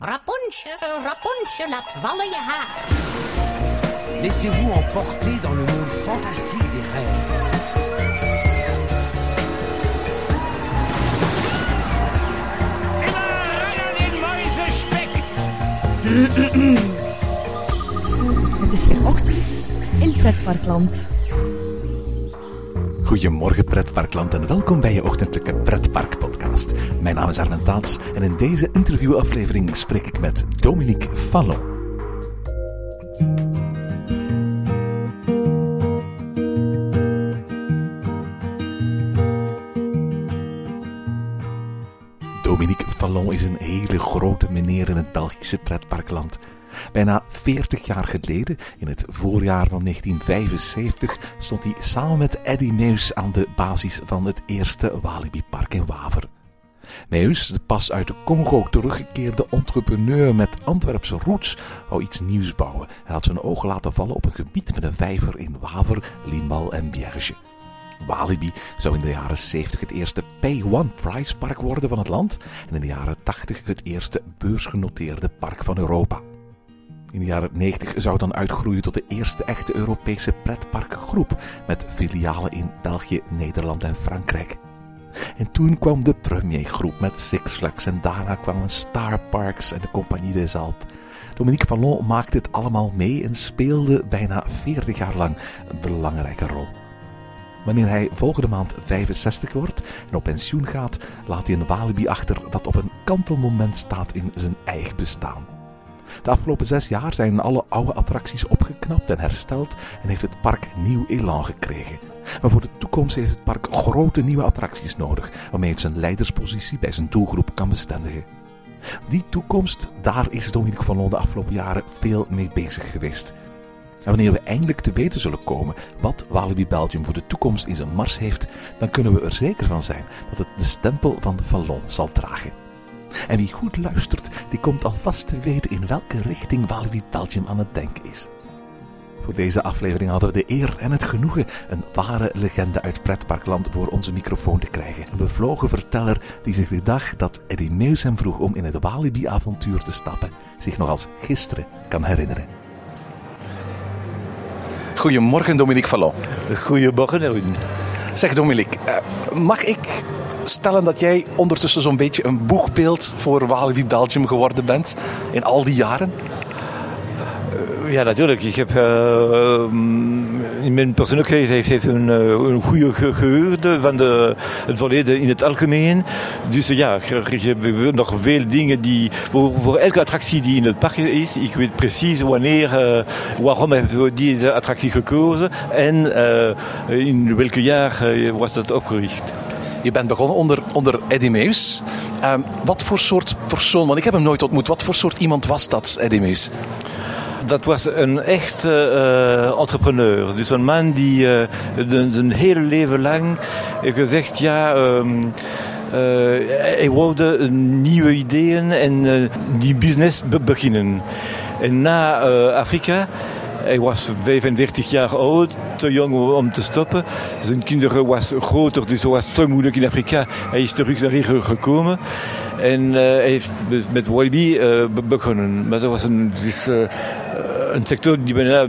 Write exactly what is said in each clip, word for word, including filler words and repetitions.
Rapunzel, Rapunzel, laat vallen je haar. Laissez-vous emporter dans le monde fantastique des rêves. Immer ran an den muizenspek. Het is weer ochtend in Pretparkland. Goedemorgen Pretparkland en welkom bij je ochtendelijke Pretpark-podcast. Mijn naam is Armen Taats en in deze interviewaflevering spreek ik met Dominique Fallon. Dominique Fallon is een hele grote meneer in het Belgische pretparkland. Bijna veertig jaar geleden, in het voorjaar van negentien vijfenzeventig, stond hij samen met Eddy Meus aan de basis van het eerste Walibi-park in Waver. Meus, de pas uit de Congo teruggekeerde entrepreneur met Antwerpse roots, wou iets nieuws bouwen en had zijn ogen laten vallen op een gebied met een vijver in Waver, Limbal en Bierge. Walibi zou in de jaren zeventig het eerste pay-one-price park worden van het land en in de jaren tachtig het eerste beursgenoteerde park van Europa. In de jaren negentig zou het dan uitgroeien tot de eerste echte Europese pretparkgroep met filialen in België, Nederland en Frankrijk. En toen kwam de Premier groep met Six Flags en daarna kwamen Star Parks en de Compagnie des Alpes. Dominique Fallon maakte het allemaal mee en speelde bijna veertig jaar lang een belangrijke rol. Wanneer hij volgende maand vijfenzestig wordt en op pensioen gaat, laat hij een Walibi achter dat op een kantelmoment staat in zijn eigen bestaan. De afgelopen zes jaar zijn alle oude attracties opgeknapt en hersteld en heeft het park nieuw elan gekregen. Maar voor de toekomst heeft het park grote nieuwe attracties nodig, waarmee het zijn leiderspositie bij zijn doelgroep kan bestendigen. Die toekomst, daar is Dominique Fallon de afgelopen jaren veel mee bezig geweest. En wanneer we eindelijk te weten zullen komen wat Walibi Belgium voor de toekomst in zijn mars heeft, dan kunnen we er zeker van zijn dat het de stempel van de Fallon zal dragen. En wie goed luistert, die komt alvast te weten in welke richting Walibi Belgium aan het denken is. Voor deze aflevering hadden we de eer en het genoegen een ware legende uit pretparkland voor onze microfoon te krijgen. Een bevlogen verteller die zich de dag dat Eddy Meus hem vroeg om in het Walibi-avontuur te stappen, zich nog als gisteren kan herinneren. Goedemorgen Dominique Fallon. Goedemorgen Erwin. Zeg Dominique, uh, mag ik stellen dat jij ondertussen zo'n beetje een boegbeeld voor Walibi Belgium geworden bent in al die jaren? Ja, natuurlijk. Ik heb uh, in mijn persoonlijkheid heeft een, een goede geheugen van de, het verleden in het algemeen. Dus ja, ik heb nog veel dingen die voor, voor elke attractie die in het park is. Ik weet precies wanneer, uh, waarom hebben we deze attractie gekozen en uh, in welk jaar uh, was dat opgericht. Je bent begonnen onder, onder Eddy Meus. Uh, wat voor soort persoon, want ik heb hem nooit ontmoet, wat voor soort iemand was dat, Eddy Meus? Dat was een echt uh, entrepreneur. Dus een man die uh, zijn hele leven lang gezegd, ja, um, uh, hij wilde nieuwe ideeën en uh, die business be- beginnen. En na uh, Afrika, hij was vijfenveertig jaar oud, te jong om te stoppen. Zijn kinderen was groter, dus het was te moeilijk in Afrika. Hij is terug naar hier gekomen. En uh, hij heeft met Walibi uh, begonnen. Maar dat was een, dus, uh, een sector die bijna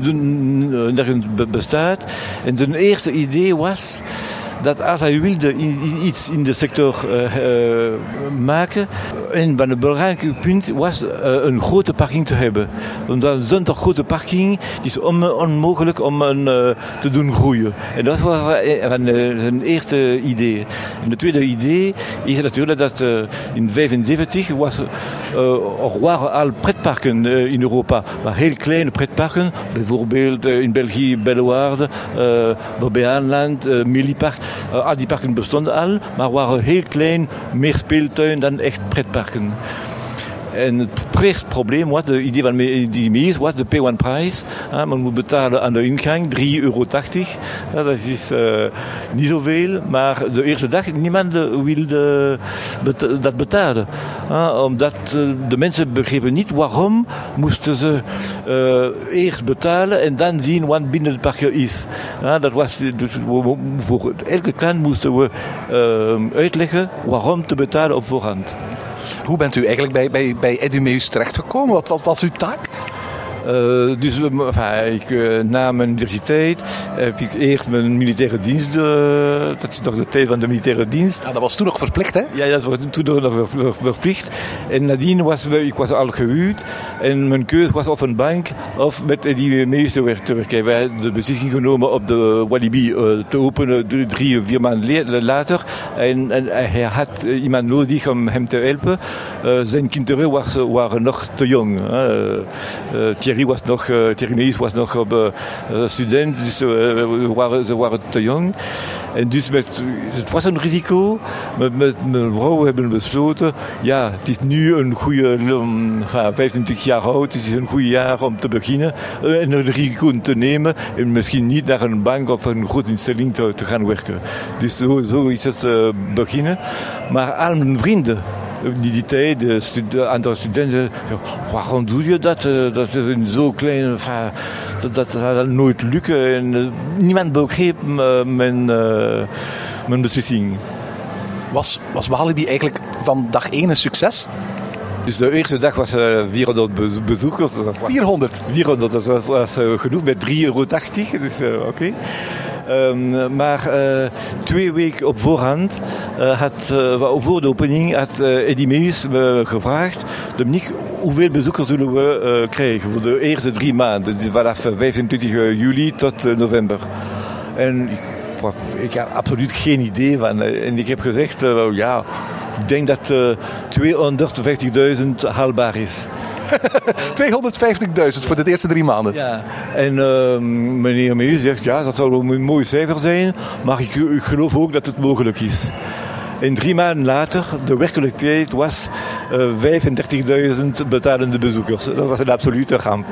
nergens bestaat. En zijn eerste idee was dat als hij wilde iets in de sector uh, uh, maken, en van een belangrijk punt was uh, een grote parking te hebben. Omdat zonder grote parking is het on- onmogelijk om een uh, te doen groeien. En dat was van zijn eerste idee. En het tweede idee is natuurlijk dat uh, in vijfenzeventig was, uh, er waren al pretparken uh, in Europa, maar heel kleine pretparken, bijvoorbeeld uh, in België, Bellewaarde, uh, Bobbejaanland, uh, Millipark. Uh, al die parken bestonden al, maar waren heel klein, meer speeltuin dan echt pretparken. En het eerste probleem was, de idee van die Meus was de pay-one-price. Uh, men moet betalen aan de ingang, drie euro tachtig. Uh, dat is uh, niet zoveel, maar de eerste dag niemand wilde beta- dat betalen. Uh, omdat uh, de mensen begrepen niet waarom moesten ze uh, eerst betalen en dan zien wat binnen het park is. Uh, dat was, dus, voor elke klant moesten we uh, uitleggen waarom te betalen op voorhand. Hoe bent u eigenlijk bij, bij, bij Edumeus terechtgekomen? Wat, wat was uw taak? Uh, dus enfin, ik, uh, na mijn universiteit heb ik eerst mijn militaire dienst, uh, dat is nog de tijd van de militaire dienst. Ja, dat was toen nog verplicht, hè? Ja, dat was toen nog ver, verplicht. En nadien was ik was al gehuwd en mijn keuze was op een bank of met die meester te werken. Wij hebben de beslissing genomen op de Walibi uh, te openen drie, drie, vier maanden later. En, en hij had iemand nodig om hem te helpen. Uh, zijn kinderen was, waren nog te jong. Uh, uh, Thierry was nog, uh, Thierry Meus was nog uh, uh, student, dus uh, waren, ze waren te jong. En dus met, het was een risico. Met, met mijn vrouw hebben we besloten, ja, het is nu een goede, um, vijfentwintig jaar oud, het is een goed jaar om te beginnen uh, en een risico te nemen en misschien niet naar een bank of een grote instelling te, te gaan werken. Dus zo, zo is het uh, beginnen. Maar al mijn vrienden, die die tijd, de studi- andere studenten, waarom doe je dat? Dat is een zo klein, dat, dat zal nooit lukken. En uh, niemand begreep uh, mijn, uh, mijn beslissing. Was, was Walibi eigenlijk van dag één een succes? Dus de eerste dag was uh, vierhonderd bezoekers. vierhonderd? vierhonderd, dat was, was uh, genoeg met drie euro tachtig. Dus uh, oké. Okay. Um, maar uh, twee weken op voorhand uh, had, uh, voor de opening had uh, Edumeus me gevraagd, Dominique, hoeveel bezoekers zullen we uh, krijgen voor de eerste drie maanden, dus vanaf vijfentwintig juli tot uh, november. En ik, ik had absoluut geen idee van. En ik heb gezegd, uh, ja, ik denk dat uh, tweehonderdvijftigduizend haalbaar is. tweehonderdvijftigduizend voor de eerste drie maanden. Ja, en uh, meneer Meus zegt, ja, dat zal een mooi cijfer zijn, maar ik, ik geloof ook dat het mogelijk is. En drie maanden later, de werkelijkheid was uh, vijfendertigduizend betalende bezoekers. Dat was een absolute ramp.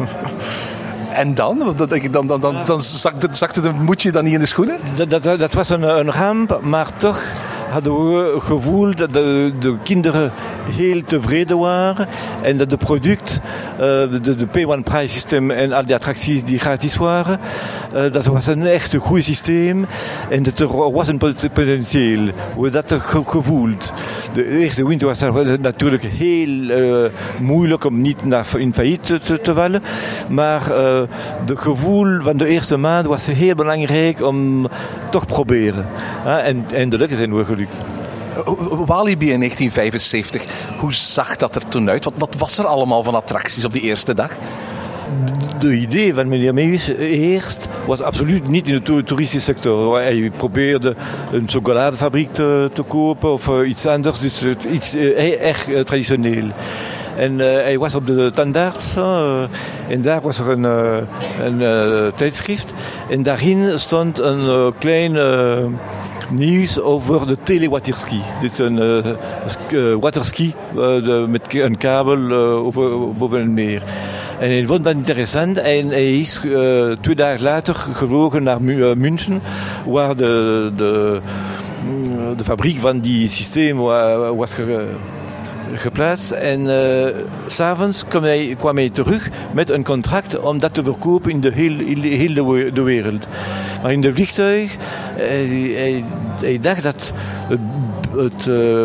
En dan? Dan, dan, dan, dan, dan zakte, zakte de moedje dan niet in de schoenen? Dat, dat, dat was een, een ramp, maar toch hadden we het gevoel dat de, de kinderen heel tevreden waren en dat de product, uh, de, de pay one price systeem en al die attracties die gratis waren, uh, dat was een echt goed systeem en dat er was een potentieel. We hadden dat ge- gevoeld. De eerste winter was natuurlijk heel uh, moeilijk om niet naar, in failliet te, te vallen, maar uh, het gevoel van de eerste maand was heel belangrijk om toch te proberen. Uh, en eindelijk zijn we gelukkig. Walibi in negentien vijfenzeventig, hoe zag dat er toen uit? Wat, wat was er allemaal van attracties op die eerste dag? De idee van meneer Meus eerst was absoluut niet in de toeristische sector. Hij probeerde een chocoladefabriek te, te kopen of uh, iets anders, dus uh, iets uh, erg uh, traditioneel. En uh, hij was op de tandarts uh, en daar was er een, uh, een uh, tijdschrift en daarin stond een uh, klein uh, nieuws over de telewaterski. Dit is een uh, uh, waterski uh, de, met een kabel uh, over, boven het meer. En hij vond dat interessant en hij is uh, twee dagen later gevlogen naar uh, München, waar de, de, de fabriek van die systeem was ge, geplaatst. En uh, s'avonds kwam hij, kwam hij terug met een contract om dat te verkopen in de hele, hele de wereld. Maar in de vliegtuig, hij, hij, hij dacht dat het, het, uh,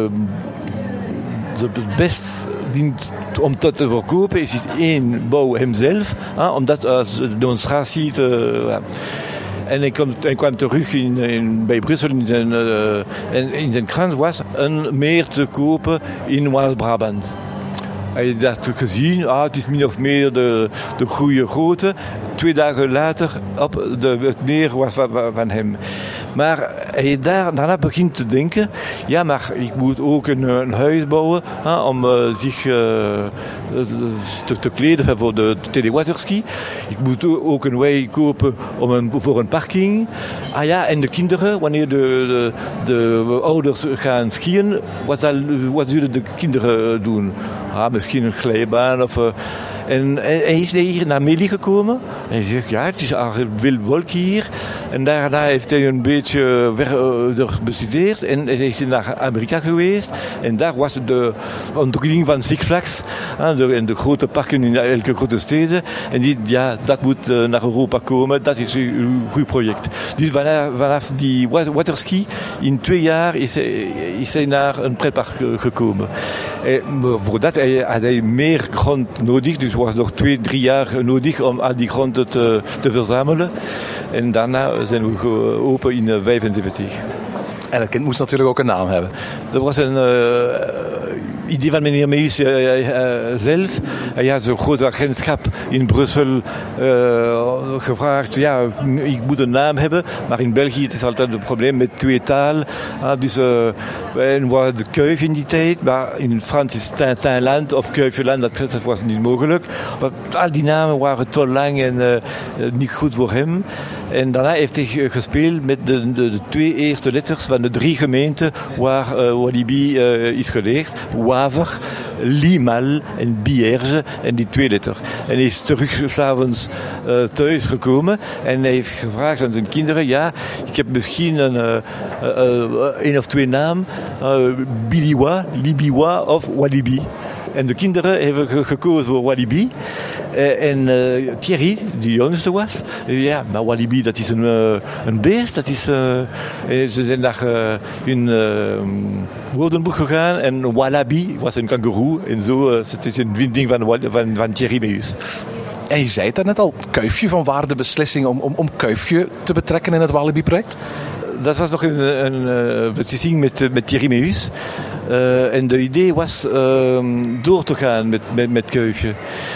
het best dient om dat te verkopen is één, bouw hemzelf, hè, om dat als demonstratie te... Uh, En hij kwam, hij kwam terug in, in, bij Brussel in zijn, uh, en in zijn krant was een meer te kopen in Waalse-Brabant. Hij had gezien, ah, het is min of meer de, de goede grootte. Twee dagen later op de, het meer was van, van hem. Maar hij daar, daarna begint te denken, ja, maar ik moet ook een, een huis bouwen hè, om uh, zich uh, te, te kleden voor de telewaterski. Ik moet ook een wei kopen om een, voor een parking. Ah ja, en de kinderen, wanneer de, de, de ouders gaan skiën, wat, zal, wat zullen de kinderen doen? Ah, misschien een glijbaan of... Uh, En hij is hier naar Meli gekomen. En hij zegt, ja, het is veel wolk hier. En daarna heeft hij een beetje verder bestudeerd. En hij is naar Amerika geweest. En daar was de ontwikkeling van Six Flags. En de grote parken in elke grote steden. En die, ja, dat moet naar Europa komen. Dat is een goed project. Dus vanaf, vanaf die waterski, in twee jaar is hij, is hij naar een pretpark gekomen. En voor dat had hij meer grond nodig. Dus was nog twee, drie jaar nodig om al die grond te, te verzamelen. En daarna zijn we open in negentien vijfenzeventig. En het kind moest natuurlijk ook een naam hebben. Dat was een uh, idee van meneer Meijus uh, uh, zelf. Hij had zo'n groot agentschap in Brussel uh, gevraagd. Ja, ik moet een naam hebben. Maar in België het is altijd een probleem met twee taal. Uh, dus uh, en was de Kuif in die tijd. Maar in Frans is Tintinland of Kuifjeland. Dat, dat was niet mogelijk. Maar al die namen waren te lang en uh, niet goed voor hem. En daarna heeft hij gespeeld met de, de, de twee eerste letters van de drie gemeenten waar uh, Walibi uh, is geleerd. Waver, Limal en Bierge en die twee letters. En hij is terug 's avonds uh, thuis gekomen en hij heeft gevraagd aan zijn kinderen, ja, ik heb misschien een, uh, uh, uh, een of twee namen, uh, Biliwa, Libiwa of Walibi. En de kinderen hebben ge- gekozen voor Walibi. Uh, en uh, Thierry, die jongste was, uh, ja, maar Walibi dat is een, uh, een beest. Dat is, uh, ze zijn naar uh, hun uh, woordenboek gegaan en Wallaby was een kangoeroe. En zo, uh, het is een vinding van, van, van Thierry Meijus. En je zei het net al, Kuifje, van waar de beslissing om, om, om Kuifje te betrekken in het Walibi-project? Dat was nog een, een, een beslissing met, met Thierry Meijus. Uh, en de idee was uh, door te gaan met, met, met Kuifje.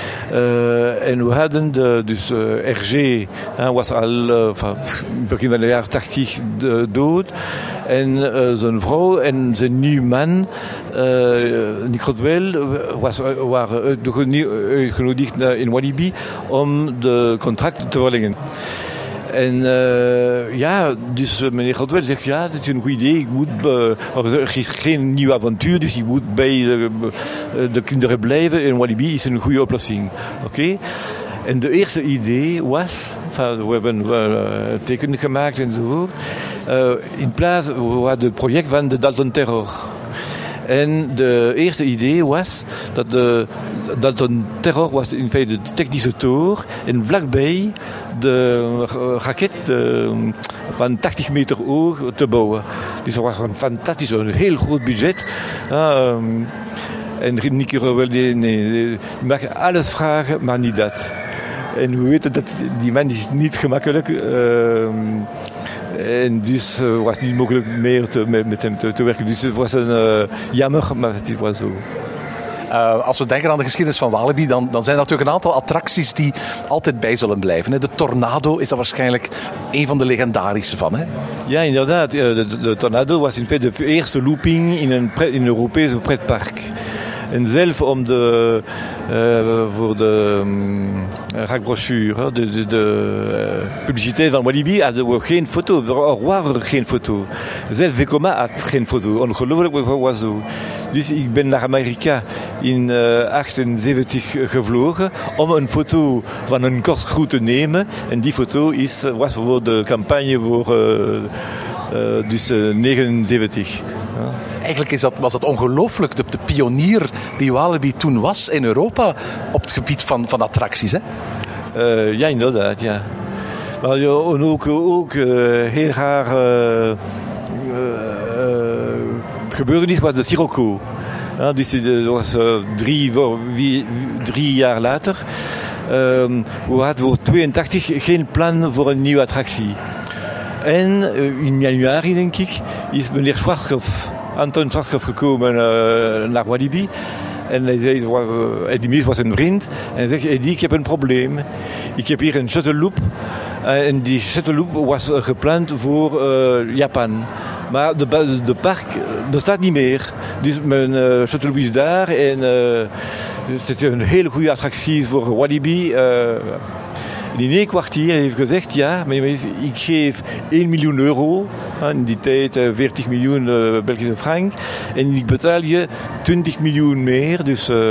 Uh, en we hadden de, dus uh, R G uh, was al uh, van begin van de jaren tachtig dood. En uh, zijn vrouw en zijn nieuwe man, uh, Nick Rodwell, was, waren uitgenodigd in Walibi om de contract te verlengen. En uh, ja, dus uh, meneer Rodwell zegt, ja, dat is een goed idee. Ik moet, uh, er is geen nieuw avontuur, dus ik moet bij uh, de kinderen blijven. En Walibi is een goede oplossing. Oké? Okay? En de eerste idee was, enfin, we hebben uh, tekenen gemaakt enzovoort. Uh, in plaats was het project van de Dalton Terror. En de eerste idee was dat de Dalton Terror was in feite de technische toer en vlakbij de raket uh, van tachtig meter hoog te bouwen. Dus dat was een fantastisch, een heel groot budget. Uh, um, en Nicky Rodwell, nee, nee, je mag alles vragen, maar niet dat. En we weten dat die man is niet gemakkelijk is. Uh, En dus uh, was het niet mogelijk meer te, met, met hem te, te werken. Dus het was een uh, jammer, maar het was zo. Uh, als we denken aan de geschiedenis van Walibi, dan, dan zijn er natuurlijk een aantal attracties die altijd bij zullen blijven. Hè. De Tornado is daar waarschijnlijk een van de legendarische van. Hè? Ja, inderdaad. De, de Tornado was in feite de eerste looping in een, pre, in een Europees pretpark. En zelf om de, uh, voor de um, rakbrochure, de, de, de uh, publiciteit van Walibi, hadden we geen foto. Er waren geen foto. Zelf Vekoma had geen foto. Ongelooflijk was zo. Dus ik ben naar Amerika in negentien achtenzeventig gevlogen om een foto van een korstgroep te nemen. En die foto is, was voor de campagne voor uh, uh, dus uh, negenenzeventig. Ja. Eigenlijk is dat, was dat ongelooflijk, de, de pionier die Walibi toen was in Europa op het gebied van, van attracties. Hè? Uh, ja, inderdaad, ja. Maar ja, ook, ook uh, heel raar uh, uh, gebeurtenis was de Sirocco. Ja, dus dat was uh, drie, wie, drie jaar later. Uh, we hadden voor tweeëntachtig geen plan voor een nieuwe attractie. En uh, in januari, denk ik, is meneer Schwarzkopf, Anton Schwarzkopf gekomen uh, naar Walibi. En hij zei, uh, Eddie Meijus was een vriend. En hij zegt, Eddie, ik heb een probleem. Ik heb hier een shuttle loop. Uh, en die shuttle loop was uh, gepland voor uh, Japan. Maar de, de park bestaat niet meer. Dus mijn uh, shuttle loop is daar. En uh, het is een hele goede attractie voor Walibi. Uh, in één kwartier heeft gezegd, ja, maar ik geef één miljoen euro, in die tijd veertig miljoen uh, Belgische frank, en ik betaal je twintig miljoen meer, dus uh,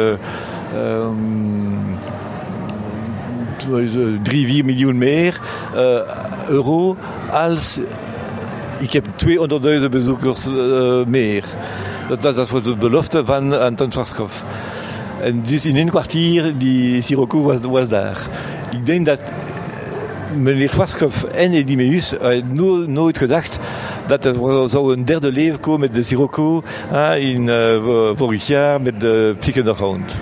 um, drie, vier miljoen meer uh, euro, als ik heb tweehonderdduizend bezoekers uh, meer. Dat, dat, dat was de belofte van Anton Schwarzkopf. En dus in één kwartier, die Sirocco was, was daar. Ik denk dat meneer Schwarzkopf en Eddie Meijus hadden no- nooit gedacht dat er zou een derde leven komen met de Sirocco uh, in uh, vorig jaar met de Psyche Underground.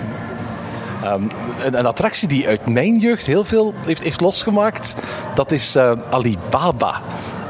Um, een, een attractie die uit mijn jeugd heel veel heeft, heeft losgemaakt, dat is uh, Alibaba.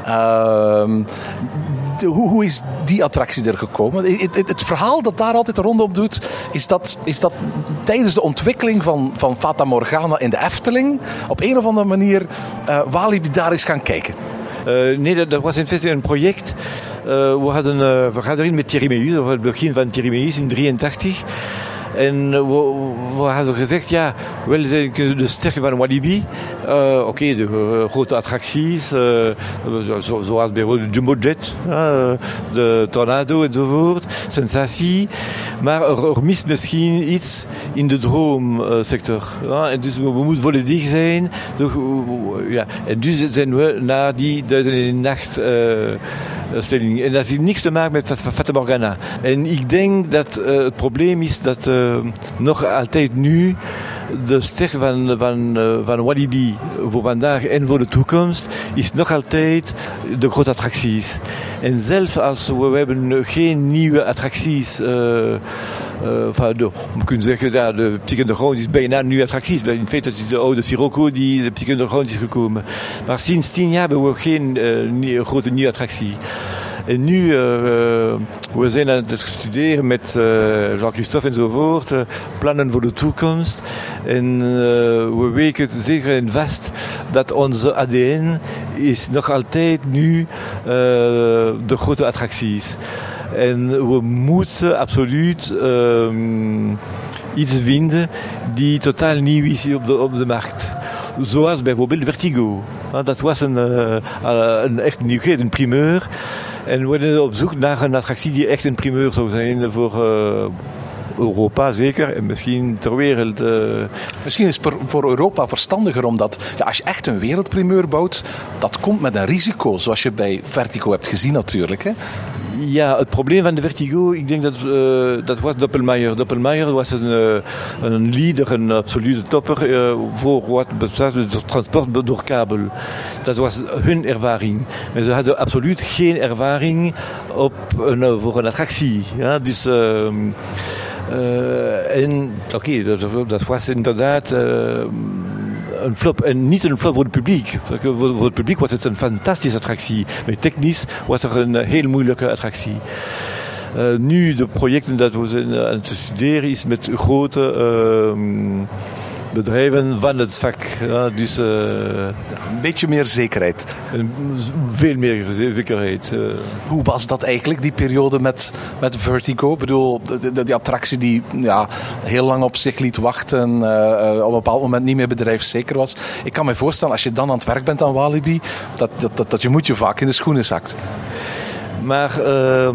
Uh, de, hoe, hoe is die attractie er gekomen? Het, het, het verhaal dat daar altijd de ronde op doet, is dat, is dat tijdens de ontwikkeling van, van Fata Morgana in de Efteling op een of andere manier uh, Walibi daar is gaan kijken. Uh, nee, dat, dat was in feite een project. Uh, we hadden een vergadering met Thierry Meus, dat was het begin van Thierry Meus in drieëntachtig. En we, we hadden gezegd, ja, wel de sterkte van Walibi. Uh, Oké, okay, de uh, grote attracties, uh, zo, zoals bijvoorbeeld de Jumbo Jet, uh, de Tornado enzovoort, sensatie. Maar er, er mist misschien iets in de droomsector. Uh, en dus we, we moeten volledig zijn. Dus, uh, ja. En dus zijn we naar die Duizend en één Nacht uh, stelling. En dat heeft niks te maken met Fata Morgana. En ik denk dat uh, het probleem is dat uh, nog altijd nu de ster van, van, uh, van Walibi voor vandaag en voor de toekomst is nog altijd de grote attracties. En zelfs als we, we hebben geen nieuwe attracties, uh, uh, van de, we kunnen zeggen dat de Psyche Underground is bijna een nieuwe attractie. In feite is de oude Sirocco die de Psyche Underground is gekomen. Maar sinds tien jaar hebben we geen uh, nieuwe, grote nieuwe attractie. En nu, uh, we zijn aan het studeren met uh, Jean-Christophe enzovoort, uh, plannen voor de toekomst. En uh, we weten zeker en vast dat onze A D N is nog altijd nu uh, de grote attracties. En we moeten absoluut uh, iets vinden die totaal nieuw is op de, op de markt. Zoals bijvoorbeeld Vertigo. Dat was een, uh, een echt nieuwheid, een primeur. En we zijn op zoek naar een attractie die echt een primeur zou zijn voor uh, Europa zeker en misschien ter wereld. Uh... Misschien is het voor Europa verstandiger omdat ja, als je echt een wereldprimeur bouwt, dat komt met een risico, zoals je bij Vertigo hebt gezien natuurlijk. Hè? Ja, het probleem van de Vertigo, ik denk dat uh, dat was Doppelmayr. Doppelmayr was een, uh, een leader, een absolute topper uh, voor wat betreft het transport door kabel. Dat was hun ervaring. Maar ze hadden absoluut geen ervaring op een, uh, voor een attractie. Ja? Dus, uh, uh, en oké, okay, dat, dat was inderdaad... Uh, een flop. En niet een flop voor het publiek. Voor het publiek was het een fantastische attractie. Maar technisch was er een heel moeilijke attractie. Uh, nu, de projecten dat we zijn aan het studeren is met grote uh, bedrijven van het vak. Ja, dus, uh, een beetje meer zekerheid. Veel meer zekerheid. Uh. Hoe was dat eigenlijk, die periode met, met Vertigo? Ik bedoel, die, die attractie die ja, heel lang op zich liet wachten, uh, op een bepaald moment niet meer bedrijfszeker was. Ik kan me voorstellen, als je dan aan het werk bent aan Walibi, dat, dat, dat, dat je moet je vaak in de schoenen zakt. Maar uh,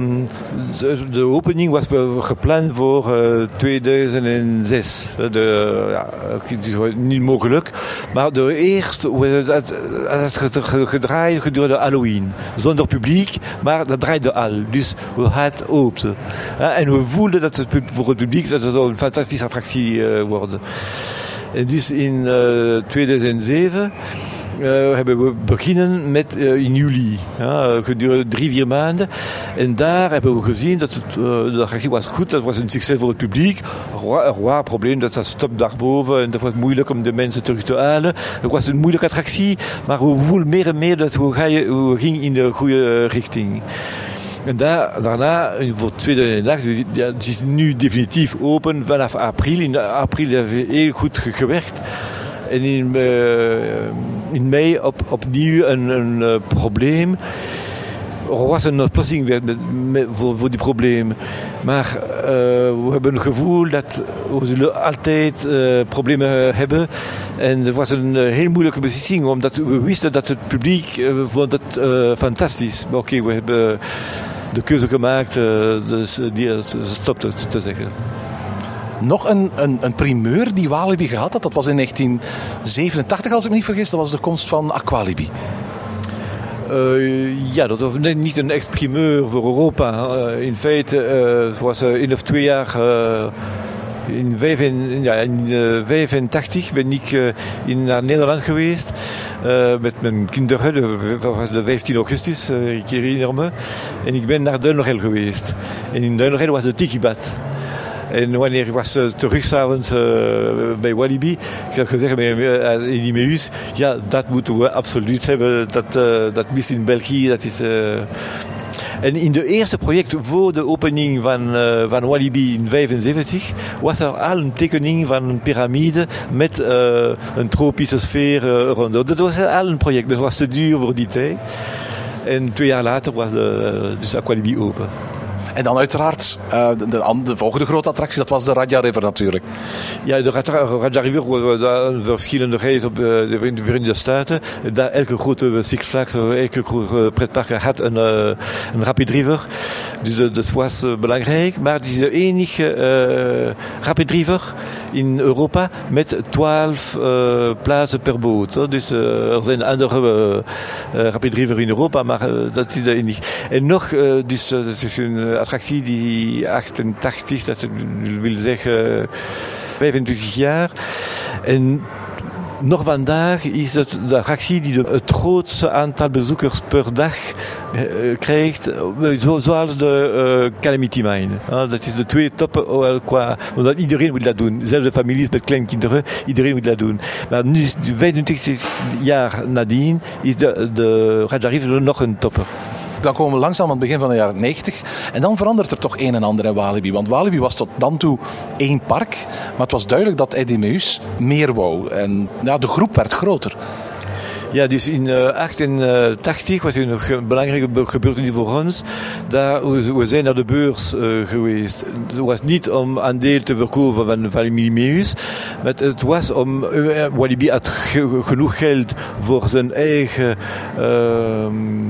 de opening was gepland voor uh, tweeduizend zes. De, ja, het is niet mogelijk. Maar de eerste dat, dat gedraaid gedurende Halloween. Zonder publiek, maar dat draaide al. Dus we hadden hoop. Ja, en we voelden dat het voor het publiek dat het een fantastische attractie uh, wordt. En dus in uh, tweeduizend zeven... Uh, hebben we beginnen met uh, in juli, ja, gedurende drie, vier maanden. En daar hebben we gezien dat het, uh, de attractie was goed, dat was een succes voor het publiek. Er was een probleem dat dat stopt daarboven en dat was moeilijk om de mensen terug te halen. Het was een moeilijke attractie, maar we voelden meer en meer dat we, ga, we gingen in de goede richting. En daar, daarna, voor tweeduizend acht, ja, het is nu definitief open vanaf april. In april hebben we heel goed gewerkt. En in, uh, in mei op, opnieuw een, een uh, probleem. Er was een oplossing met, met, voor, voor die probleem. Maar uh, we hebben het gevoel dat we zullen altijd uh, problemen hebben. En het was een uh, heel moeilijke beslissing, omdat we wisten dat het publiek uh, vond het uh, fantastisch. Maar oké, okay, we hebben de keuze gemaakt, uh, dus uh, die uh, stopte te zeggen. Nog een, een, een primeur die Walibi gehad had, dat was in negentien zevenentachtig als ik me niet vergis, dat was de komst van Aqualibi. Uh, ja, dat was niet een echt primeur voor Europa. Uh, in feite uh, was er één of twee jaar uh, in, vijf, in, ja, in uh, vijfentachtig ben ik uh, in, naar Nederland geweest uh, met mijn kinderen, de, de vijftien augustus, uh, ik herinner me. En ik ben naar Duinrel geweest. En in Duinrel was de tikibad. En wanneer ik was uh, terug s'avonds uh, bij Walibi, ik heb gezegd bij uh, Edimeus, ja, dat moeten we absoluut hebben. Dat, uh, dat mis in België, dat is... Uh... En in de eerste project voor de opening van, uh, van Walibi in vijfenzeventig was er al een tekening van een piramide met uh, een tropische sfeer uh, rondom. Dat was al een project, dat was te duur voor die tijd. En twee jaar later was de, uh, dus Aqualibi open. En dan uiteraard uh, de, de, de volgende grote attractie, dat was de Raja River natuurlijk. Ja, de Raja River was een verschillende reizen op de Verenigde Staten. Daar elke grote Six Flags, elke grote pretpark had een, uh, een Rapid River. Dus dat dus was uh, belangrijk. Maar het is de enige uh, Rapid River in Europa met twaalf uh, plaatsen per boot. Hè. Dus uh, er zijn andere uh, uh, Rapid River in Europa, maar uh, dat is de enige. En nog, uh, dus uh, dat is een attractie die achtentachtig, dat wil zeggen vijfentwintig jaar. En nog vandaag is het de attractie die de, het grootste aantal bezoekers per dag uh, krijgt, zo, zoals de uh, Calamity Mine. Uh, dat is de twee toppen uh, qua, omdat iedereen wil dat doen. Zelfs de families met kleinkinderen, iedereen wil dat doen. Maar nu, vijfentwintig jaar nadien, is de, de Raja River nog een topper. Dan komen we langzaam aan het begin van de jaren negentig. En dan verandert er toch een en ander in Walibi. Want Walibi was tot dan toe één park. Maar het was duidelijk dat Edimeus meer wou. En ja, de groep werd groter. Ja, dus in uh, achtentachtig was er nog een belangrijke gebeurtenis voor ons. Daar, we zijn naar de beurs uh, geweest. Het was niet om aandeel te verkopen van Walibi, maar het was om... Uh, Walibi had ge- genoeg geld voor zijn eigen... Uh,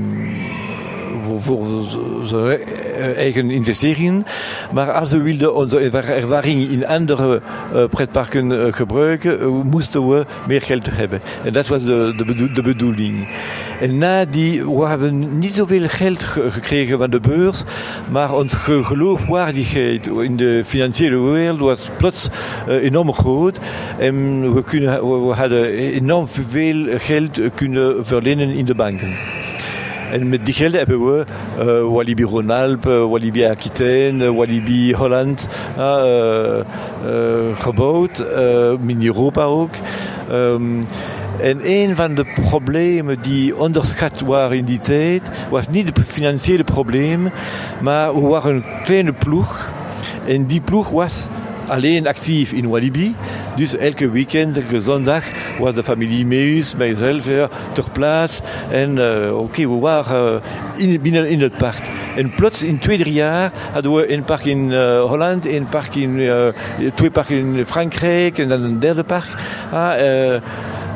voor zijn eigen investeringen. Maar als we wilden onze ervaring in andere uh, pretparken uh, gebruiken, uh, moesten we meer geld hebben. En dat was de, de, bedo- de bedoeling. En na die, we hebben niet zoveel geld ge- gekregen van de beurs, maar onze geloofwaardigheid in de financiële wereld was plots uh, enorm groot. En we, kunnen, we, we hadden enorm veel geld kunnen verlenen in de banken. En met die gelden hebben we uh, Walibi Rhône-Alpes, Walibi Aquitaine, Walibi Holland uh, uh, gebouwd, uh, in Europa ook. Um, en een van de problemen die onderschat waren in die tijd, was niet het financiële probleem, maar we waren een kleine ploeg. En die ploeg was alleen actief in Walibi. Dus elke weekend, elke zondag was de familie Meus, mijzelf ja, ter plaats. En uh, oké, okay, we waren uh, in, binnen in het park. En plots in twee, drie jaar hadden we een park in uh, Holland, een park in, uh, twee parken in Frankrijk en dan een derde park. Ah, uh, uh,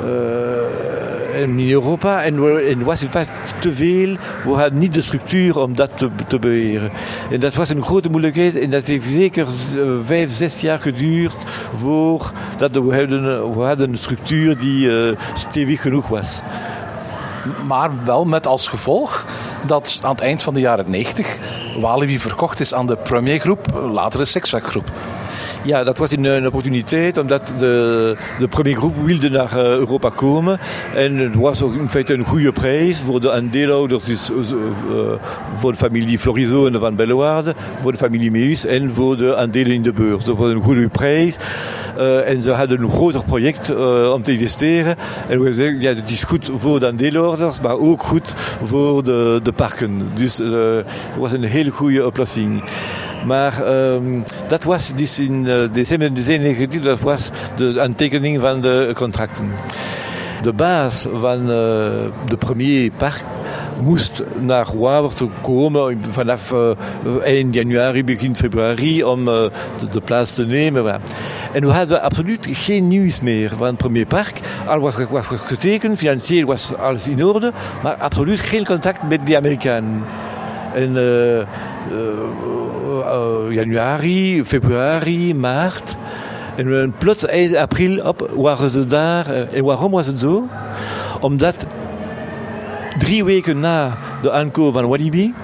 in Europa. En het was in feite te veel. We hadden niet de structuur om dat te, te beheren. En dat was een grote moeilijkheid. En dat heeft zeker uh, vijf, zes jaar geduurd voordat we hadden, we hadden een structuur die uh, stevig genoeg was. Maar wel met als gevolg dat aan het eind van de jaren negentig Walibi verkocht is aan de Premier Groep, later de Six Flags Groep. Ja, dat was een, een opportuniteit, omdat de, de Premier Groep wilde naar uh, Europa komen. En het was ook in feite een goede prijs voor de aandeelhouders, dus uh, voor de familie Florizo en Van Bellewaarde, voor de familie Meus en voor de aandelen in de beurs. Dat was een goede prijs. Uh, en ze hadden een groter project uh, om te investeren. En we zeiden, ja, het is goed voor de aandeelhouders, maar ook goed voor de, de parken. Dus uh, het was een hele goede oplossing. Maar um, dat was dus in uh, december negentien, dat was de aantekening van de contracten. De baas van uh, de Premier Park moest naar Wavre komen vanaf uh, eind januari, begin februari om uh, de, de plaats te nemen. Voilà. En we hadden absoluut geen nieuws meer van het Premier Park. Al was, was getekend, financieel was alles in orde, maar absoluut geen contact met de Amerikanen. En uh, uh, uh, januari, februari, maart. En plots eind april op waren ze daar. En waarom was het zo? Omdat drie weken na de aankoop van Walibi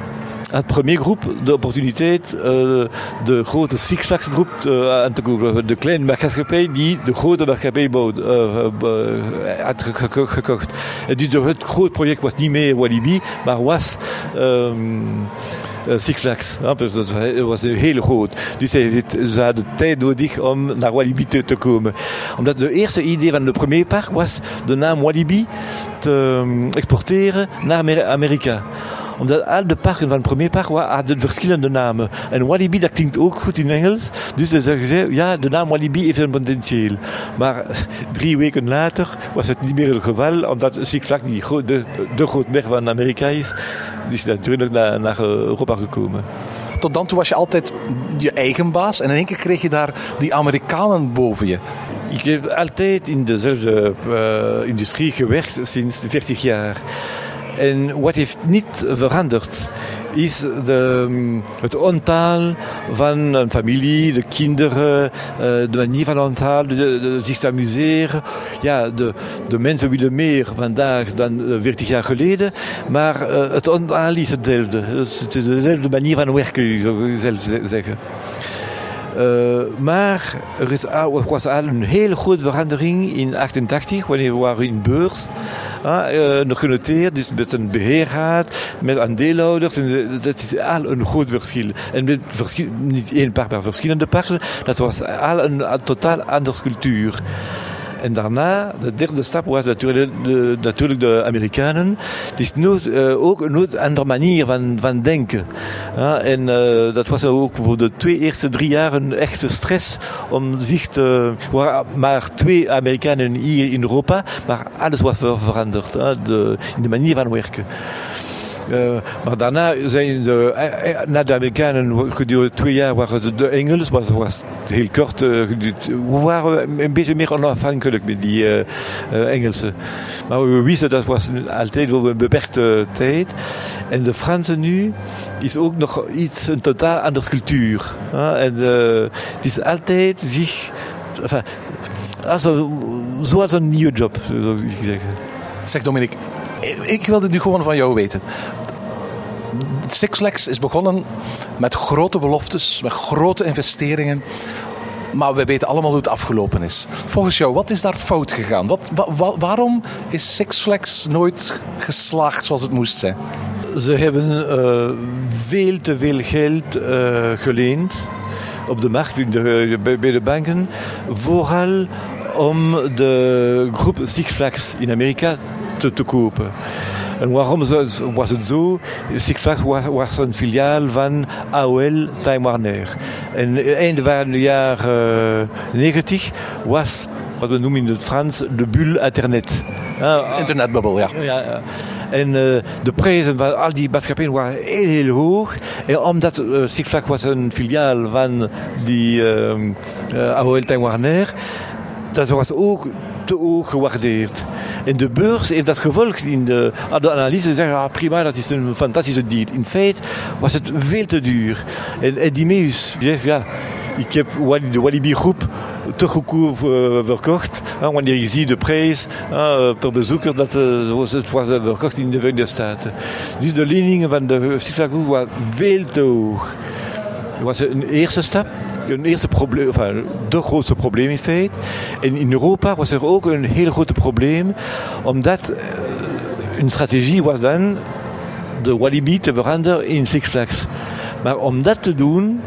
het premier groep de opportuniteit uh, de grote Six Flags groep uh, aan te kopen. De kleine maatschappij die de grote maatschappij bouwde, uh, uh, had gekocht. En dus het groot project was niet meer Walibi, maar was um, uh, Six Flags. Ja, dus dat was heel groot. Dus ze hadden tijd nodig om naar Walibi te, te komen. Omdat de eerste idee van het premier park was de naam Walibi te um, exporteren naar Amerika. Omdat al de parken van het premier park hadden verschillende namen. En Walibi, dat klinkt ook goed in Engels. Dus ze zeggen, ja, de naam Walibi heeft een potentieel. Maar drie weken later was het niet meer het geval, omdat Six Flags die de, de groot merk van Amerika is. Die is natuurlijk naar, naar Europa gekomen. Tot dan toe was je altijd je eigen baas en in één keer kreeg je daar die Amerikanen boven je. Ik heb altijd in dezelfde uh, industrie gewerkt sinds veertig jaar. En wat heeft niet veranderd is de, het aantal van een familie, de kinderen, de manier van aantal, de, de, zich te amuseren. Ja, de, de mensen willen meer vandaag dan veertig jaar geleden, maar uh, het aantal is hetzelfde. Het is dezelfde manier van werken, zou ik zelf zeggen. Uh, maar er is, er was al een hele grote verandering in achtentachtig, wanneer we waren in beurs. Uh, nog genoteerd, dus met een beheerraad, met aandeelhouders. En dat is al een groot verschil. En met verschil, niet één park, maar verschillende parken. Dat was al een, een totaal andere cultuur. En daarna, de derde stap was natuurlijk de, natuurlijk de Amerikanen. Het is nooit, uh, ook een andere manier van, van denken. Ja, en uh, dat was ook voor de twee eerste drie jaar een echte stress om zich te... Er waren maar twee Amerikanen hier in Europa, maar alles was veranderd. Ja, de, in de manier van werken. Uh, maar daarna zijn de, uh, na de Amerikanen gedurende twee jaar waren de, de Engels was, was heel kort. Uh, we waren een beetje meer onafhankelijk met die uh, uh, Engelsen. Maar we wisten dat was altijd voor een beperkte tijd. En de Fransen nu is ook nog iets, een totaal andere cultuur. Uh, en uh, het is altijd zich, enfin, also, zoals een nieuwe job, zou ik zeggen. Zeg Dominique, ik wil dit nu gewoon van jou weten. Six Flags is begonnen met grote beloftes, met grote investeringen. Maar we weten allemaal hoe het afgelopen is. Volgens jou, wat is daar fout gegaan? Wat, wa, wa, waarom is Six Flags nooit geslaagd zoals het moest zijn? Ze hebben uh, veel te veel geld uh, geleend op de markt, in de, bij, bij de banken. Vooral om de groep Six Flags in Amerika te, te kopen. En waarom was het zo? Six Flags was, was een filiaal van A O L Time Warner. En eind van de jaren negentig was, wat we noemen in het Frans, de bulle internet. Internetbubbel, ja. ja, ja. En uh, de prijzen van al die maatschappijen waren heel, heel hoog. En omdat uh, Six Flags was een filiaal van die uh, uh, A O L Time Warner, dat was ook te hoog gewaardeerd. En de beurs heeft dat gevolgd in de, de analyse. Ze zeggen, ah, prima, dat is een fantastische deal. In feite was het veel te duur. En Eddie Meus zegt, ja, ik heb de Walibi groep te goedkoop uh, verkocht. Uh, wanneer je ziet de prijs uh, per bezoeker, dat uh, het was verkocht in de Verenigde Staten. Dus de leningen van de Six Flags groep waren veel te hoog. Dat was een eerste stap. Een eerste probleem, enfin, de grootste probleem in feite. En in Europa was er ook een heel groot probleem, omdat uh, een strategie was dan de Walibi te veranderen in Six Flags. Maar om dat te doen,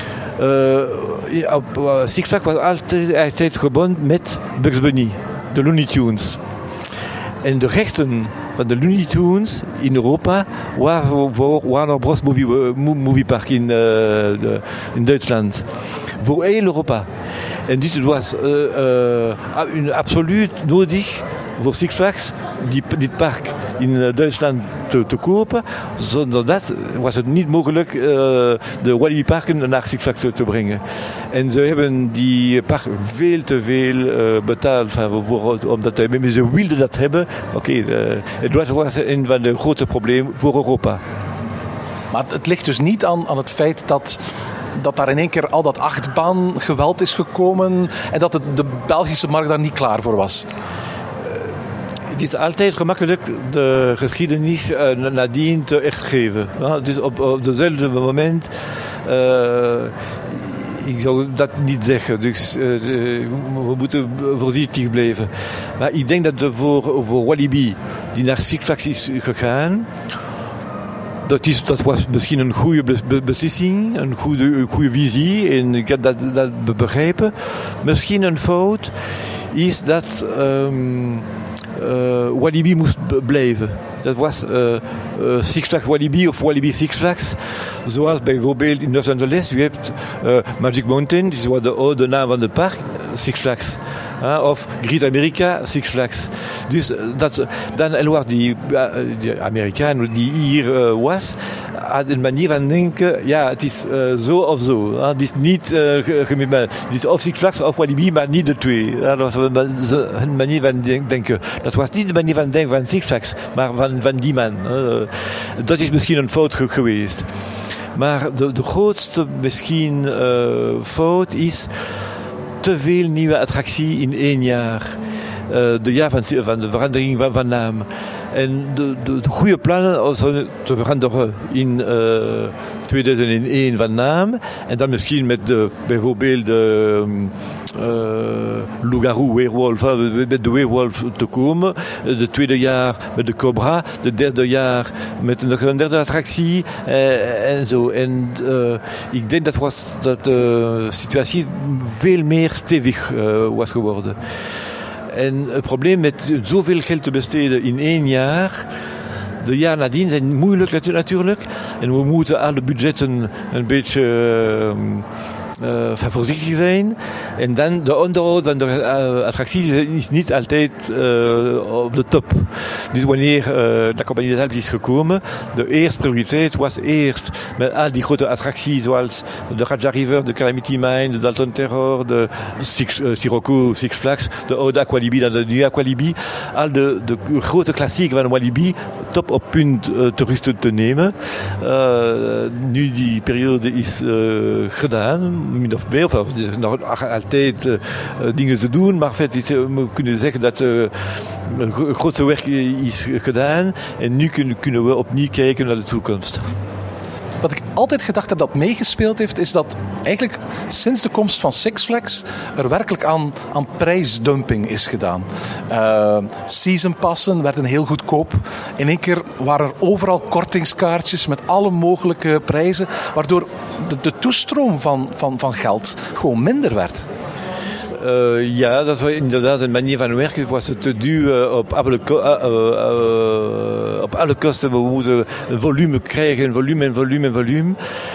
uh, op, uh, Six Flags was altijd, altijd gebonden met Bugs Bunny, de Looney Tunes. En de rechten van de Looney Tunes in Europa waren voor Warner Bros. Movie, uh, movie Park in, uh, de, in Duitsland. Voor heel Europa. En dus het was uh, uh, absoluut nodig voor Six Flags die, dit park in uh, Duitsland te, te kopen. Zonder dat was het niet mogelijk uh, de Walibi parken naar Six Flags te, te brengen. En ze hebben die park veel te veel uh, betaald voor, voor, omdat uh, ze wilden dat hebben. Oké, okay, uh, het was een van de grote problemen voor Europa. Maar het ligt dus niet aan, aan het feit dat... dat daar in één keer al dat achtbaangeweld is gekomen en dat het, de Belgische markt daar niet klaar voor was? het is altijd gemakkelijk de geschiedenis uh, nadien te herschrijven. Ja, dus op, op dezelfde moment... Uh, ik zou dat niet zeggen, dus uh, we moeten voorzichtig blijven. Maar ik denk dat voor, voor Walibi, die naar Six Flags is gegaan... Dat, is, dat was misschien een goede beslissing, een goede, een goede visie, en ik heb dat, dat begrepen. Misschien een fout is dat um, uh, Walibi moest blijven. Dat was uh, uh, Six Flags Walibi of Walibi Six Flags. Zoals bijvoorbeeld in Los Angeles, u hebt uh, Magic Mountain, die is de oude naam van het park, Six Flags. Uh, of Great America, Six Flags. Dus dat, dan Elward, die, uh, die Amerikaan die hier uh, was, had een manier van denken, ja, het is uh, zo of zo. Uh, het is niet uh, gemeen. Het is of Six Flags of Walibi, maar niet de twee. Uh, dat was een manier van denken. Dat was niet de manier van denken van Six Flags, maar van, van die man. Uh, dat is misschien een fout geweest. Maar de, de grootste misschien uh, fout is te veel nieuwe attractie in één jaar. Uh, de jaar van, van de verandering van, van naam. En de, de, de goede plannen zijn te veranderen in uh, tweeduizend één van naam. En dan misschien met de, bijvoorbeeld de uh, Loup-garou, Werewolf, met de Werewolf te komen. De tweede jaar met de Cobra. De derde jaar met een derde attractie. Uh, en zo. En uh, ik denk dat, was, dat de situatie veel meer stevig uh, was geworden. En het probleem met zoveel geld te besteden in één jaar, de jaar nadien zijn moeilijk natuurlijk. En we moeten alle budgetten een beetje uh, uh, voorzichtig zijn. En dan de onderhoud van de uh, attracties is niet altijd uh, op de top. Dus wanneer uh, de compagnie zelf is gekomen, de eerste prioriteit was eerst met al die grote attracties zoals de Raja River, de Calamity Mine, de Dalton Terror, de Six, uh, Sirocco, Six Flags, de oude Aqualibi, de nieuwe Aqualibi. Al de, de grote klassieken van Walibi top op punt uh, terug te, te nemen. Uh, nu die periode is uh, gedaan, min of meer, of nog altijd uh, dingen te doen, maar vet is, uh, we kunnen zeggen dat uh, het grootste werk is gedaan en nu kunnen, kunnen we opnieuw kijken naar de toekomst. Wat ik altijd gedacht heb dat meegespeeld heeft, is dat eigenlijk sinds de komst van Six Flags er werkelijk aan, aan prijsdumping is gedaan. Uh, seasonpassen werden heel goedkoop. In één keer waren er overal kortingskaartjes met alle mogelijke prijzen, waardoor de, de toestroom van, van, van geld gewoon minder werd. Uh, ja, dat was inderdaad een manier van werken. Het was te duur op alle, uh, uh, uh, op alle kosten. We moeten een volume krijgen, volume en volume en volume.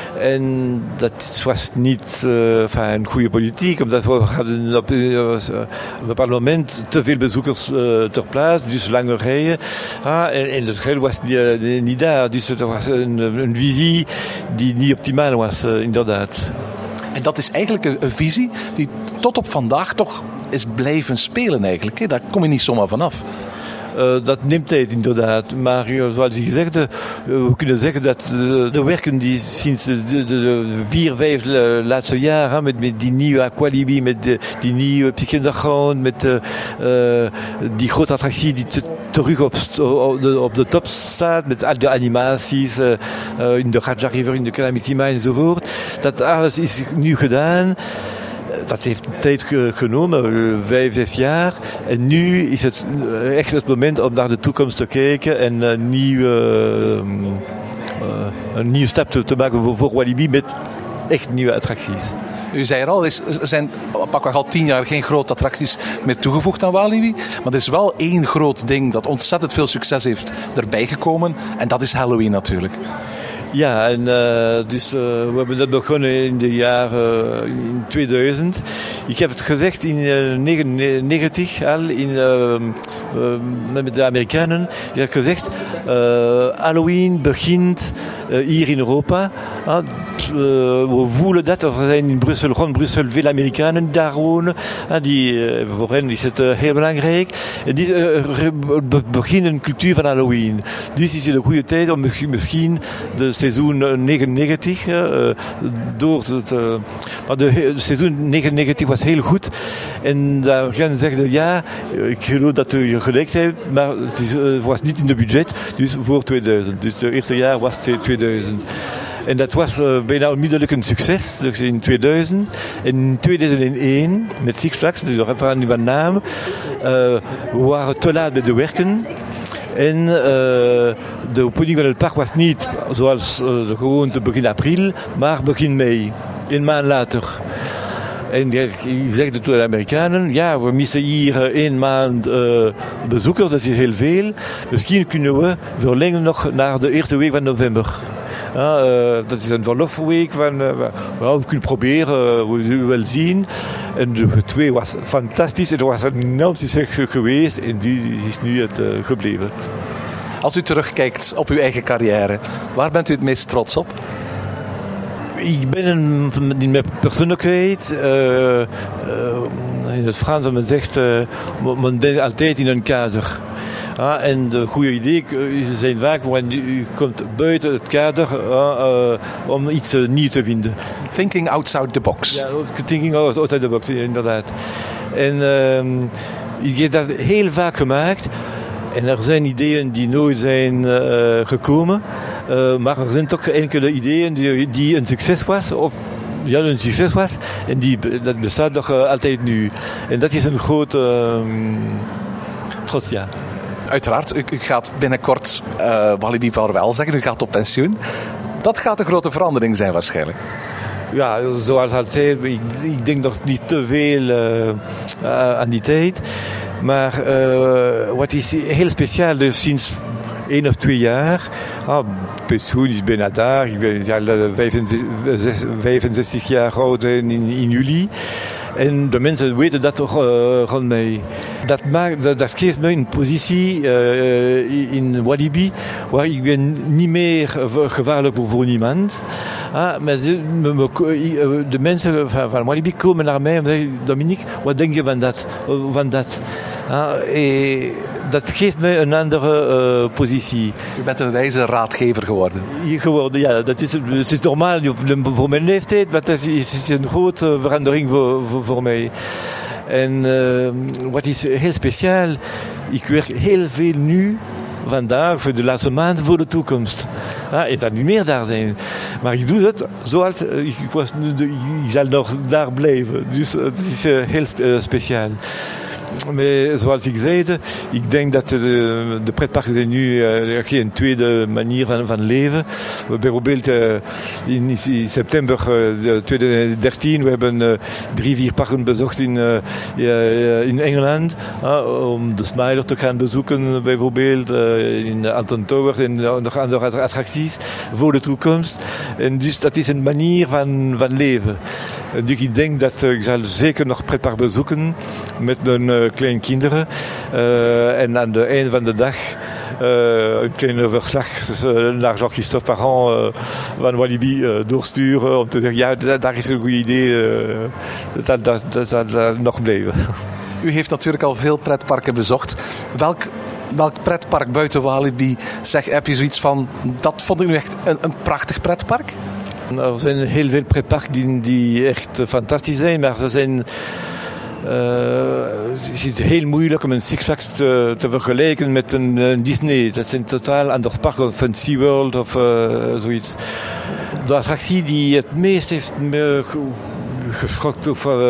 En dat was niet uh, een goede politiek, omdat we hadden op uh, een bepaald moment te veel bezoekers uh, ter plaatse, dus lange rijen. Ah, en, en het geld was niet, niet daar. Dus het was een, een visie die niet optimaal was, uh, inderdaad. En dat is eigenlijk een, een visie die tot op vandaag toch is blijven spelen eigenlijk. Hè? Daar kom je niet zomaar vanaf. Uh, dat neemt tijd inderdaad, maar uh, zoals je zegt, uh, we kunnen zeggen dat uh, de werken die sinds de, de, de vier, vijf uh, laatste jaar, met, met die nieuwe Aqualibi, met de, die nieuwe Psyche-Underground, met uh, uh, die grote attractie die te, terug op, op, de, op de top staat, met al de animaties uh, uh, in de Raja River, in de Calamity Mine enzovoort. Dat alles is nu gedaan. Dat heeft tijd genomen, vijf, zes jaar. En nu is het echt het moment om naar de toekomst te kijken en een nieuwe, uh, een nieuwe stap te, te maken voor, voor Walibi met echt nieuwe attracties. U zei er al, er zijn pakweg al tien jaar geen grote attracties meer toegevoegd aan Walibi. Maar er is wel één groot ding dat ontzettend veel succes heeft erbij gekomen. En dat is Halloween natuurlijk. Ja, en uh, dus uh, we hebben dat begonnen in de jaren uh, in tweeduizend. Ik heb het gezegd in uh, negenennegentig al in, uh, uh, met de Amerikanen. Ik heb gezegd, uh, Halloween begint uh, hier in Europa. Uh, uh, we voelen dat. Er zijn in Brussel, rond Brussel veel Amerikanen die daar wonen. Uh, die, uh, voor hen is het uh, heel belangrijk. En die uh, be- beginnen een cultuur van Halloween. Dus is het een goede tijd om misschien, misschien de seizoen negenennegentig... Uh, door het... Uh, maar de, de seizoen negenennegentig was heel goed. En daar gaan ze zeggen, ja, ik geloof dat u gelijk hebt, maar het is, uh, was niet in de budget, dus voor tweeduizend. Dus het eerste jaar was tweeduizend. En dat was uh, bijna onmiddellijk een succes, dus in tweeduizend. En in tweeduizend één, met Six Flags, dus daar hebben we van naam, uh, we waren te laat bij de werken. En uh, de opening van het park was niet zoals uh, de gewoonte begin april, maar begin mei, een maand later. En je zegt tegen de Amerikanen, ja, we missen hier één maand uh, bezoekers, dat is heel veel. Misschien kunnen we verlengen nog naar de eerste week van november. Ja, uh, dat is een verlofweek van, uh, we kunnen proberen, we zullen wel zien. En de twee was fantastisch, het was een enorm succes geweest en die is nu het uh, gebleven. Als u terugkijkt op uw eigen carrière, waar bent u het meest trots op? Ik ben een, in mijn persoonlijkheid, uh, uh, in het Frans men zegt, uh, men denkt altijd in een kader. Ja, en de goede ideeën zijn vaak wanneer u komt buiten het kader uh, uh, om iets uh, nieuws te vinden. Thinking outside the box. Ja, thinking outside the box, inderdaad. En uh, ik heb dat heel vaak gemaakt. En er zijn ideeën die nooit zijn uh, gekomen. Uh, maar er zijn toch enkele ideeën die, die een succes was. Of ja, een succes was. En die, dat bestaat nog uh, altijd nu. En dat is een grote uh, trots, ja. Uiteraard, u, u gaat binnenkort uh, Walibi vaarwel zeggen. U gaat op pensioen. Dat gaat een grote verandering zijn waarschijnlijk. Ja, zoals altijd. Ik, ik denk nog niet te veel uh, uh, aan die tijd. Maar uh, wat is heel speciaal, dus sinds één of twee jaar, ah, pensioen is bijna daar. Ik ben al vijfenzestig jaar oud in, in juli. En de mensen weten dat toch uh, rond mij. Dat, maakt, dat, dat geeft me een positie uh, in Walibi waar ik ben niet meer gevaarlijk voor niemand. Ah, maar de, de mensen van, van Walibi komen naar mij en zeggen, Dominique, wat denk je van dat? Van dat? Ah, en dat geeft mij een andere uh, positie. U bent een wijze raadgever geworden. Geworden, ja. Dat is, dat is normaal voor mijn leeftijd, maar dat is een grote verandering voor, voor, voor mij. En uh, wat is heel speciaal, ik werk heel veel nu, vandaag, voor de laatste maand, voor de toekomst. Ah, ik zal niet meer daar zijn. Maar ik doe het zoals, uh, ik, was, ik zal nog daar blijven. Dus het is uh, heel uh, speciaal. Maar zoals ik zei, ik denk dat de, de pretparken zijn nu uh, een tweede manier van, van leven. Bijvoorbeeld uh, in, in september uh, tweeduizend dertien, we hebben uh, drie, vier parken bezocht in, uh, uh, in Engeland. Uh, om de Smiler te gaan bezoeken, bijvoorbeeld uh, in de Anton Tower en nog andere attracties voor de toekomst. En dus dat is een manier van, van leven. En dus ik denk dat uh, ik zal zeker nog pretpark bezoeken met mijn uh, kleine kinderen. Uh, en aan het einde van de dag uh, een klein verslag uh, naar Jean-Christophe Parent uh, van Walibi uh, doorsturen. Om te zeggen, ja, dat, dat is een goed idee. Uh, dat, dat, dat zal uh, nog blijven. U heeft natuurlijk al veel pretparken bezocht. Welk, welk pretpark buiten Walibi, zeg, heb je zoiets van, dat vond ik nu echt een, een prachtig pretpark? Er zijn heel veel pretparken die, die echt fantastisch zijn, maar ze zijn... Uh, het is heel moeilijk om een Six Flags te, te vergelijken met een, een Disney. Dat zijn totaal anders parken, of een SeaWorld of uh, zoiets. De attractie die het meest heeft me gefrokt of uh,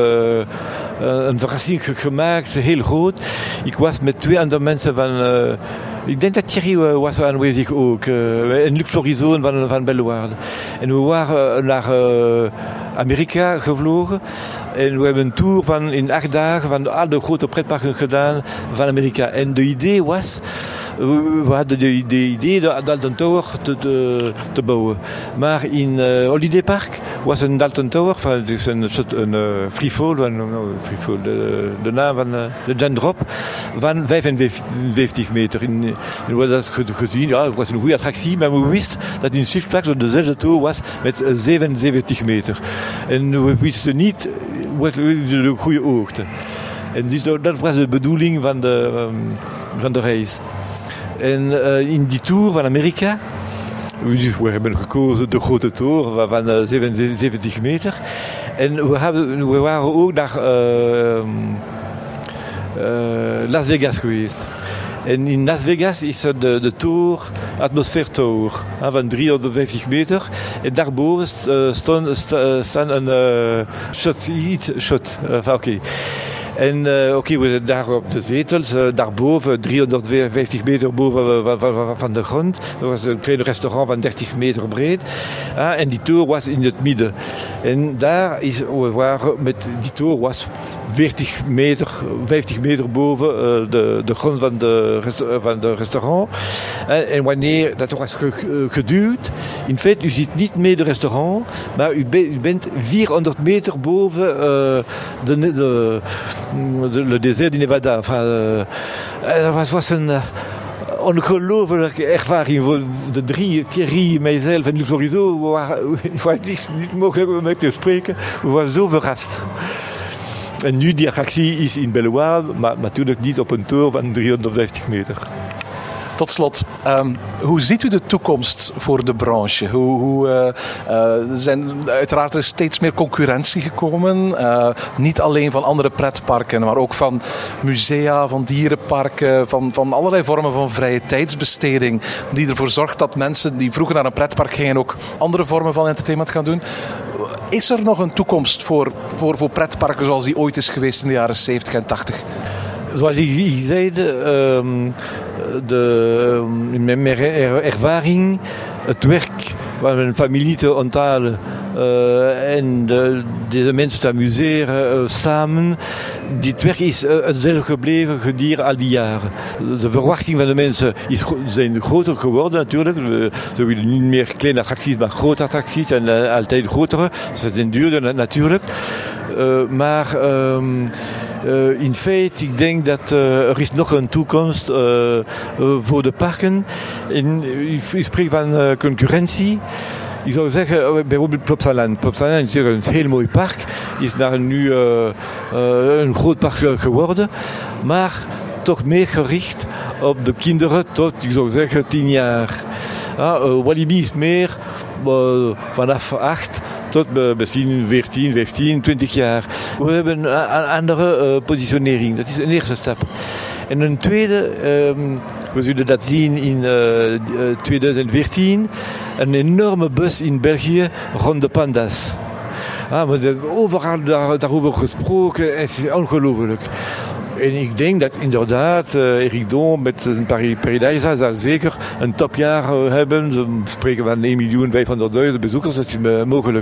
een verrassing gemaakt, heel groot. Ik was met twee andere mensen van... Uh, ik denk dat Thierry was aanwezig ook. Uh, en Luc Florizoon van, van Bellewaarde. En we waren naar uh, Amerika gevlogen. En we hebben een tour van in acht dagen van al de grote pretparken gedaan van Amerika. En de idee was, we, we hadden de, de idee de Dalton Tower te, te, te bouwen. Maar in uh, Holiday Park was een Dalton Tower, van, dus een soort een uh, freefall, van, no, freefall de, de naam van uh, de Jan Drop, van vijfenvijftig meter. In, in, we hadden dat gezien, ja, het was een goede attractie, maar we wisten dat in Six Flags dezelfde tour was met zevenenzeventig meter. En we wisten niet wat de goede hoogte. En dus dat was de bedoeling van de, um, van de reis. En uh, in die tour van Amerika, we hebben gekozen de grote tour van uh, zevenenzeventig meter. En we, hebben, we waren ook naar uh, uh, Las Vegas geweest. En in Las Vegas is er de, de tour, Atmosfeer Tour, van driehonderdvijftig meter. En daarboven uh, staan, staan een uh, shot, iets shot. Uh, Oké. Okay. En uh, oké, okay, we zijn daar op de zetels, uh, daarboven, driehonderdvijftig meter boven van, van, van de grond. Er was een klein restaurant van dertig meter breed. Uh, en die tour was in het midden. En daar is, we waren met die tour was veertig meter, vijftig meter boven uh, de, de grond van de, van de restaurant. Uh, en wanneer dat was geduwd, in feite, u ziet niet meer de restaurant, maar u, be, u bent vierhonderd meter boven uh, de, de, de, de desert in Nevada. Enfin, uh, dat was, was een uh, ongelooflijke ervaring voor de drie, Thierry, mijzelf en Luc Lorizo. Het was niet, niet mogelijk om mee te spreken. We waren zo verrast. En nu die attractie is in Bellewaerde, maar natuurlijk niet op een tour van driehonderdvijftig meter. Tot slot, um, hoe ziet u de toekomst voor de branche? Hoe, hoe, uh, uh, zijn, uiteraard er is steeds meer concurrentie gekomen. Uh, niet alleen van andere pretparken, maar ook van musea, van dierenparken, van, van allerlei vormen van vrije tijdsbesteding. Die ervoor zorgt dat mensen die vroeger naar een pretpark gingen ook andere vormen van entertainment gaan doen. Is er nog een toekomst voor, voor, voor pretparken zoals die ooit is geweest in de jaren zeventig en tachtig? Zoals ik zei, um, de, in mijn ervaring, het werk van een familie te onthalen uh, en de, deze mensen te amuseren uh, samen, dit werk is uh, hetzelfde gebleven gedurende al die jaren. De verwachting van de mensen is, zijn groter geworden natuurlijk. We, ze willen niet meer kleine attracties, maar grote attracties en uh, altijd grotere. Ze zijn duurder natuurlijk. Uh, maar um, uh, in feite, ik denk dat uh, er is nog een toekomst uh, uh, voor de parken. En ik spreek van uh, concurrentie. Ik zou zeggen, uh, bijvoorbeeld Plopsaland. Plopsaland is een heel mooi park. Is daar nu uh, uh, een groot park geworden. Maar toch meer gericht op de kinderen tot, ik zou zeggen, tien jaar. Uh, uh, Walibi is meer uh, vanaf acht tot uh, misschien veertien, vijftien, twintig jaar. We hebben een andere uh, positionering. Dat is een eerste stap. En een tweede, um, we zullen dat zien in uh, twintig veertien, een enorme bus in België rond de panda's. Ah, we hebben overal daar, daarover gesproken. Het is ongelooflijk. En ik denk dat inderdaad uh, Eric Dom met zijn Paradijsa zal zeker een topjaar uh, hebben. Ze spreken van één miljoen vijfhonderdduizend bezoekers, dat is uh, mogelijk.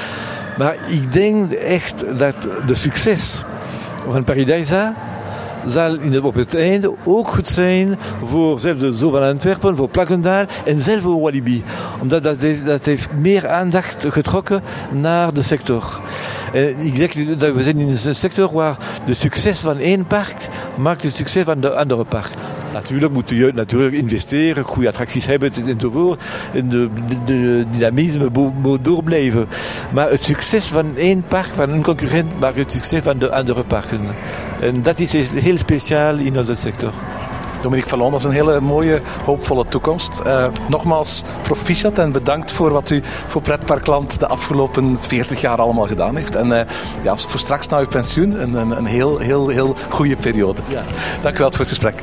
Maar ik denk echt dat de succes van Paradijsa zal in de, op het einde ook goed zijn voor zelfs de Zoo van Antwerpen, voor Plankendael en zelfs voor Walibi. Omdat dat, is, dat heeft meer aandacht getrokken naar de sector. En ik denk dat we zijn in een sector waar de succes van één park maakt het succes van de andere park. Natuurlijk moet je natuurlijk investeren, goede attracties hebben enzovoort. En de, de, de dynamisme moet doorblijven. Maar het succes van één park, van een concurrent, maakt het succes van de andere parken. En dat is heel speciaal in onze sector. Dominique Vallon, dat is een hele mooie, hoopvolle toekomst. Uh, nogmaals proficiat en bedankt voor wat u voor Pretparkland de afgelopen veertig jaar allemaal gedaan heeft. En uh, ja, voor straks na uw pensioen een, een, een heel, heel, heel goede periode. Ja. Dank u wel voor het gesprek.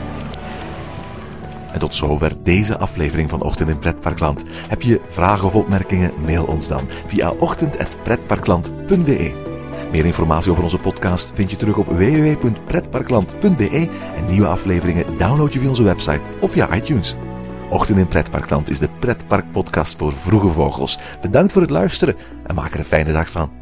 En tot zover deze aflevering van Ochtend in Pretparkland. Heb je vragen of opmerkingen? Mail ons dan via ochtend apenstaartje pretparkland punt b e. Meer informatie over onze podcast vind je terug op w w w punt pretparkland punt b e en nieuwe afleveringen download je via onze website of via iTunes. Ochtend in Pretparkland is de pretparkpodcast voor vroege vogels. Bedankt voor het luisteren en maak er een fijne dag van.